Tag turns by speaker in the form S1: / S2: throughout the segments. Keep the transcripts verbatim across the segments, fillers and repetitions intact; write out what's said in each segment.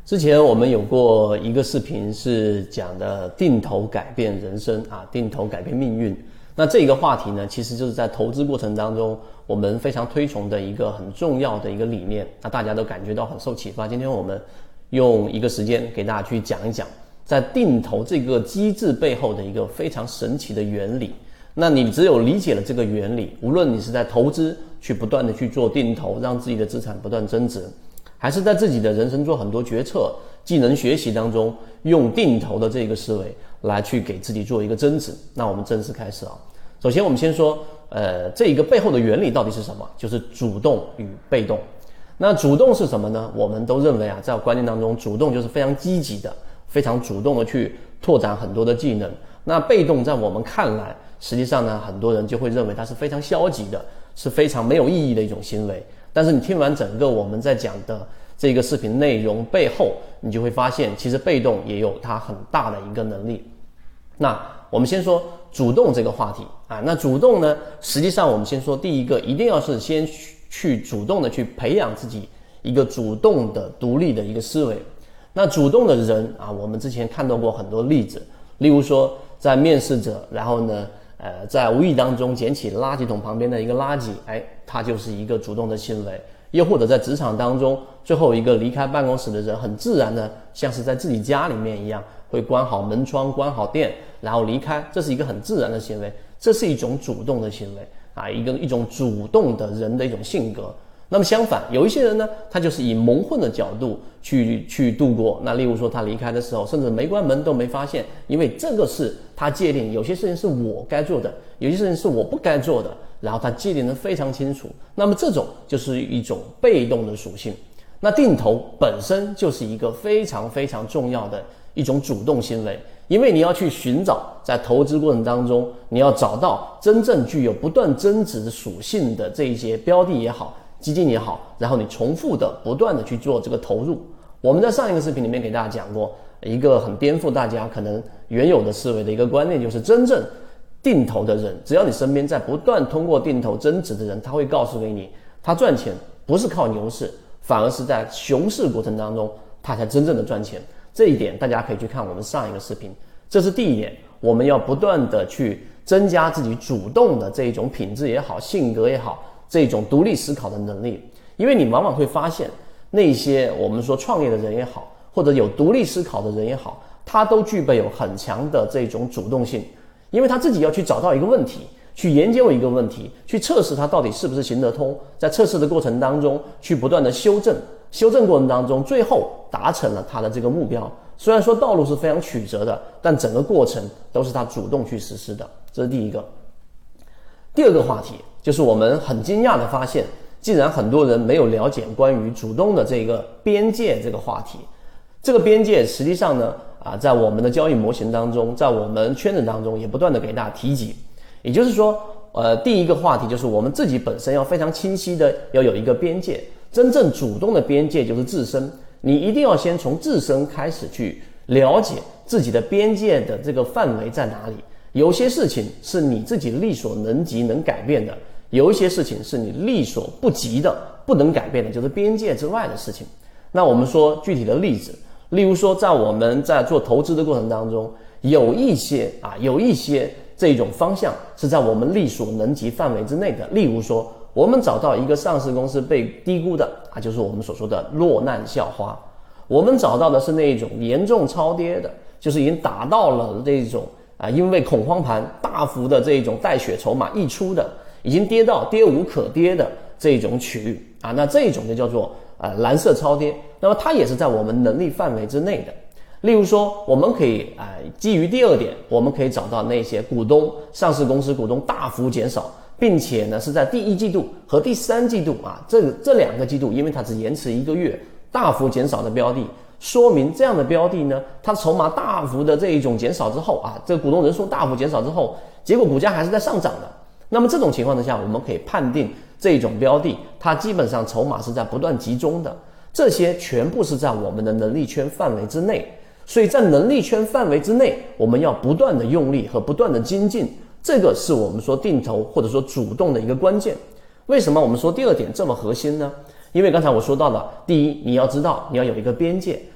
S1: 之前我们有过一个视频是讲的定投改变人生啊，定投改变命运。那这个话题呢，其实就是在投资过程当中我们非常推崇的一个很重要的一个理念，那大家都感觉到很受启发。今天我们用一个时间给大家去讲一讲在定投这个机制背后的一个非常神奇的原理。那你只有理解了这个原理，无论你是在投资去不断的去做定投，让自己的资产不断增值，还是在自己的人生做很多决策、技能学习当中用定投的这个思维来去给自己做一个增值。那我们正式开始啊。首先我们先说呃，这一个背后的原理到底是什么，就是主动与被动。那主动是什么呢？我们都认为啊，在我观念当中，主动就是非常积极的，非常主动的去拓展很多的技能。那被动在我们看来，实际上呢，很多人就会认为它是非常消极的，是非常没有意义的一种行为。但是你听完整个我们在讲的这个视频内容背后，你就会发现其实被动也有它很大的一个能力。那我们先说主动这个话题啊，那主动呢，实际上我们先说第一个，一定要是先去主动的去培养自己一个主动的独立的一个思维。那主动的人啊，我们之前看到过很多例子，例如说在面试者，然后呢呃，在无意当中捡起垃圾桶旁边的一个垃圾，哎，它就是一个主动的行为。又或者在职场当中，最后一个离开办公室的人，很自然的像是在自己家里面一样，会关好门窗，关好电，然后离开，这是一个很自然的行为，这是一种主动的行为啊，一个一种主动的人的一种性格。那么相反，有一些人呢，他就是以蒙混的角度去去度过。那例如说他离开的时候，甚至没关门都没发现，因为这个是他界定，有些事情是我该做的，有些事情是我不该做的，然后他界定得非常清楚。那么这种就是一种被动的属性。那定投本身就是一个非常非常重要的一种主动行为，因为你要去寻找在投资过程当中，你要找到真正具有不断增值属性的这一些标的也好，基金也好，然后你重复的不断的去做这个投入。我们在上一个视频里面给大家讲过一个很颠覆大家可能原有的思维的一个观念，就是真正定投的人，只要你身边在不断通过定投增值的人，他会告诉给你，他赚钱不是靠牛市，反而是在熊市过程当中他才真正的赚钱。这一点大家可以去看我们上一个视频。这是第一点，我们要不断的去增加自己主动的这一种品质也好，性格也好，这种独立思考的能力。因为你往往会发现，那些我们说创业的人也好，或者有独立思考的人也好，他都具备有很强的这种主动性，因为他自己要去找到一个问题，去研究一个问题，去测试它到底是不是行得通，在测试的过程当中去不断的修正，修正过程当中最后达成了他的这个目标。虽然说道路是非常曲折的，但整个过程都是他主动去实施的，这是第一个。第二个话题就是我们很惊讶的发现，竟然很多人没有了解关于主动的这个边界这个话题。这个边界实际上呢啊，在我们的交易模型当中，在我们圈子当中也不断的给大家提及。也就是说呃，第一个话题就是我们自己本身要非常清晰的要有一个边界，真正主动的边界就是自身，你一定要先从自身开始去了解自己的边界的这个范围在哪里。有些事情是你自己力所能及能改变的，有一些事情是你力所不及的，不能改变的，就是边界之外的事情。那我们说具体的例子，例如说在我们在做投资的过程当中，有一些啊，有一些这种方向是在我们力所能及范围之内的。例如说我们找到一个上市公司被低估的啊，就是我们所说的落难校花。我们找到的是那种严重超跌的，就是已经达到了这种啊，因为恐慌盘大幅的这种带血筹码溢出的，已经跌到跌无可跌的这种区域啊，那这种就叫做啊蓝色超跌。那么它也是在我们能力范围之内的。例如说我们可以啊、呃，基于第二点，我们可以找到那些股东上市公司股东大幅减少，并且呢是在第一季度和第三季度啊这这两个季度，因为它只延迟一个月，大幅减少的标的，说明这样的标的呢，它筹码大幅的这一种减少之后啊，这个股东人数大幅减少之后，结果股价还是在上涨的。那么这种情况之下，我们可以判定这种标的它基本上筹码是在不断集中的，这些全部是在我们的能力圈范围之内。所以在能力圈范围之内，我们要不断的用力和不断的精进，这个是我们说定投或者说主动的一个关键。为什么我们说第二点这么核心呢？因为刚才我说到了，第一，你要知道你要有一个边界，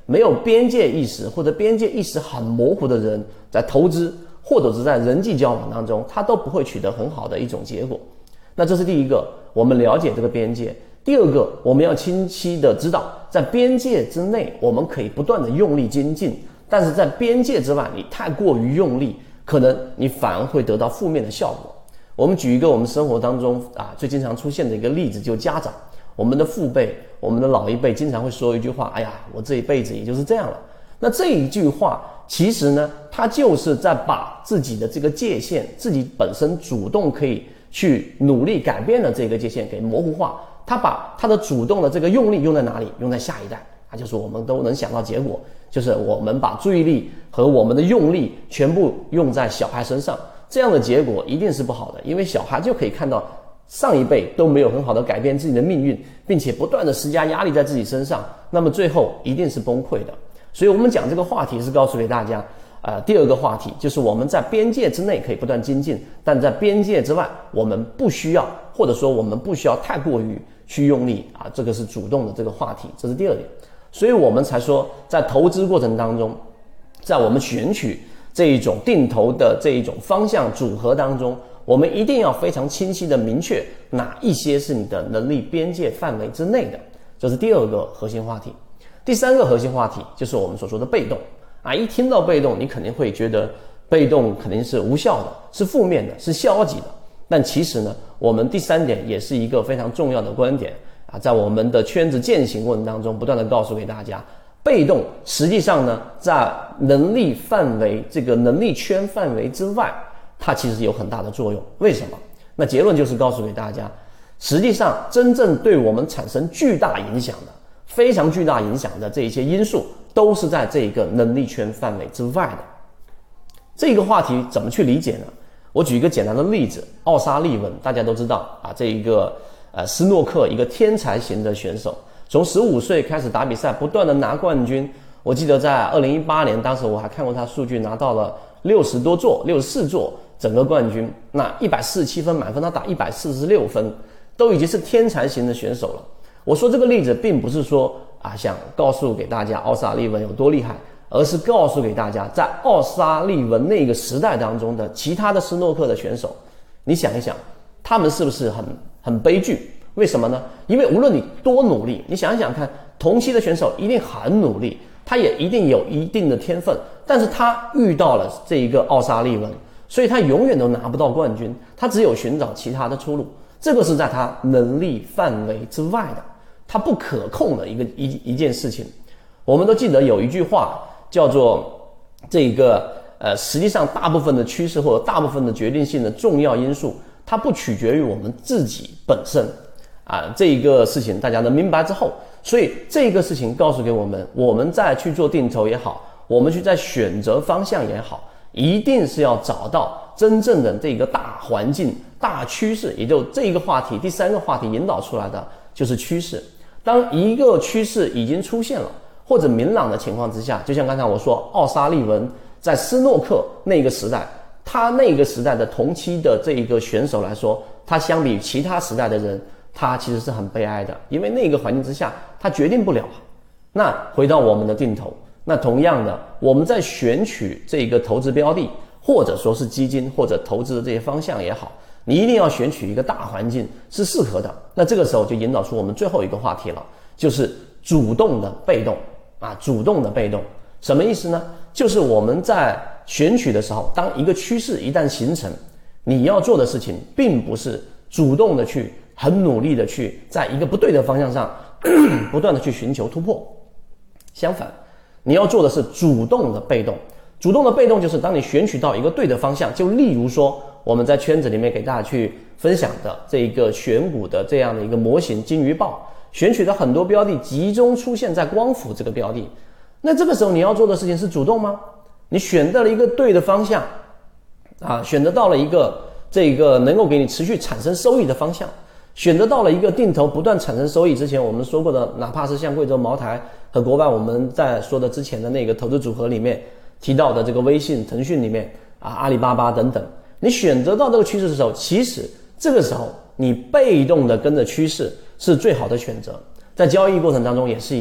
S1: 没有边界意识或者边界意识很模糊的人，在投资或者是在人际交往当中，他都不会取得很好的一种结果。那这是第一个，我们了解这个边界。第二个，我们要清晰的知道，在边界之内，我们可以不断的用力精进，但是在边界之外，你太过于用力，可能你反而会得到负面的效果。我们举一个我们生活当中啊最经常出现的一个例子，就家长，我们的父辈，我们的老一辈经常会说一句话，哎呀，我这一辈子也就是这样了。那这一句话其实呢，它就是在把自己的这个界限，自己本身主动可以去努力改变的这个界限给模糊化。他把他的主动的这个用力用在哪里？用在下一代。啊，就是我们都能想到结果，就是我们把注意力和我们的用力全部用在小孩身上，这样的结果一定是不好的，因为小孩就可以看到上一辈都没有很好的改变自己的命运，并且不断的施加压力在自己身上，那么最后一定是崩溃的。所以我们讲这个话题是告诉给大家，呃，第二个话题就是我们在边界之内可以不断精进，但在边界之外，我们不需要，或者说我们不需要太过于去用力啊，这个是主动的这个话题，这是第二点。所以我们才说，在投资过程当中，在我们选取这一种定投的这一种方向组合当中，我们一定要非常清晰的明确哪一些是你的能力边界范围之内的，这是第二个核心话题。第三个核心话题就是我们所说的被动啊，一听到被动，你肯定会觉得被动肯定是无效的，是负面的，是消极的。但其实呢，我们第三点也是一个非常重要的观点啊，在我们的圈子践行过程当中，不断的告诉给大家，被动实际上呢，在能力范围这个能力圈范围之外，它其实有很大的作用。为什么？那结论就是告诉给大家，实际上真正对我们产生巨大影响的、非常巨大影响的这一些因素，都是在这个能力圈范围之外的。这个话题怎么去理解呢？我举一个简单的例子，奥沙利文大家都知道啊，这一个呃斯诺克一个天才型的选手，从十五岁开始打比赛，不断的拿冠军。我记得在二零一八年，当时我还看过他数据，拿到了六十多座、六十四座整个冠军。那一百四十七分满分，他打一百四十六分，都已经是天才型的选手了。我说这个例子并不是说啊想告诉给大家奥沙利文有多厉害，而是告诉给大家，在奥沙利文那个时代当中的其他的斯诺克的选手，你想一想，他们是不是很很悲剧？为什么呢？因为无论你多努力，你想一想看，同期的选手一定很努力，他也一定有一定的天分，但是他遇到了这一个奥沙利文，所以他永远都拿不到冠军，他只有寻找其他的出路，这个是在他能力范围之外的，他不可控的一个一一件事情。我们都记得有一句话叫做这个呃，实际上大部分的趋势或者大部分的决定性的重要因素，它不取决于我们自己本身啊。这一个事情大家能明白之后，所以这个事情告诉给我们，我们在去做定投也好，我们去在选择方向也好，一定是要找到真正的这个大环境、大趋势，也就这一个话题，第三个话题引导出来的就是趋势。当一个趋势已经出现了，或者明朗的情况之下，就像刚才我说，奥沙利文在斯诺克那个时代，他那个时代的同期的这一个选手来说，他相比于其他时代的人，他其实是很悲哀的，因为那个环境之下，他决定不了。那回到我们的定投，那同样的，我们在选取这个投资标的，或者说是基金或者投资的这些方向也好，你一定要选取一个大环境是适合的。那这个时候就引导出我们最后一个话题了，就是主动的被动。啊，主动的被动什么意思呢？就是我们在选取的时候，当一个趋势一旦形成，你要做的事情并不是主动的去很努力的去在一个不对的方向上不断的去寻求突破，相反，你要做的是主动的被动。主动的被动就是当你选取到一个对的方向，就例如说我们在圈子里面给大家去分享的这一个选股的这样的一个模型金鱼报，选取的很多标的集中出现在光伏这个标的，那这个时候你要做的事情是主动吗？你选择了一个对的方向啊，选择到了一个这个能够给你持续产生收益的方向，选择到了一个定投不断产生收益。之前我们说过的，哪怕是像贵州茅台和国外我们在说的之前的那个投资组合里面提到的这个微信、腾讯里面啊、阿里巴巴等等，你选择到这个趋势的时候，其实这个时候你被动的跟着趋势是最好的选择。在交易过程当中也是一样，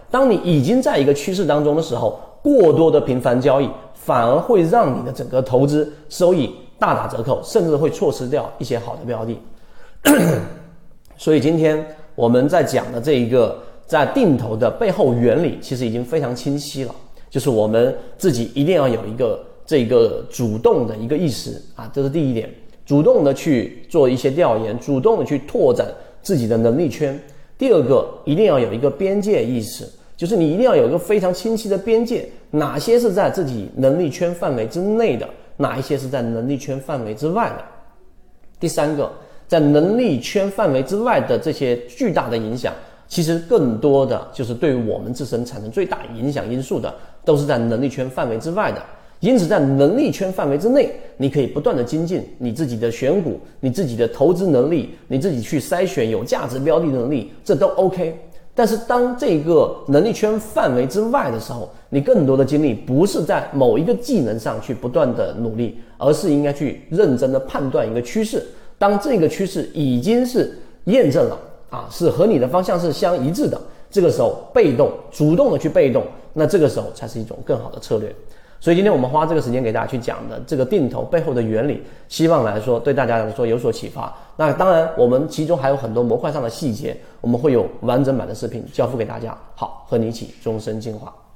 S1: 当你已经在一个趋势当中的时候，过多的频繁交易反而会让你的整个投资收益大打折扣，甚至会错失掉一些好的标的。所以今天我们在讲的这一个在定投的背后原理其实已经非常清晰了，就是我们自己一定要有一个这个主动的一个意识啊，这是第一点，主动的去做一些调研，主动的去拓展自己的能力圈。第二个，一定要有一个边界意识，就是你一定要有一个非常清晰的边界，哪些是在自己能力圈范围之内的，哪一些是在能力圈范围之外的。第三个，在能力圈范围之外的这些巨大的影响，其实更多的就是对于我们自身产生最大影响因素的，都是在能力圈范围之外的。因此在能力圈范围之内，你可以不断的精进你自己的选股，你自己的投资能力，你自己去筛选有价值标的能力，这都 OK。 但是当这个能力圈范围之外的时候，你更多的精力不是在某一个技能上去不断的努力，而是应该去认真的判断一个趋势。当这个趋势已经是验证了啊，是和你的方向是相一致的，这个时候被动主动的去被动，那这个时候才是一种更好的策略。所以今天我们花这个时间给大家去讲的这个定投背后的原理，希望来说对大家来说有所启发。那当然我们其中还有很多模块上的细节，我们会有完整版的视频交付给大家。好，和你一起终身进化。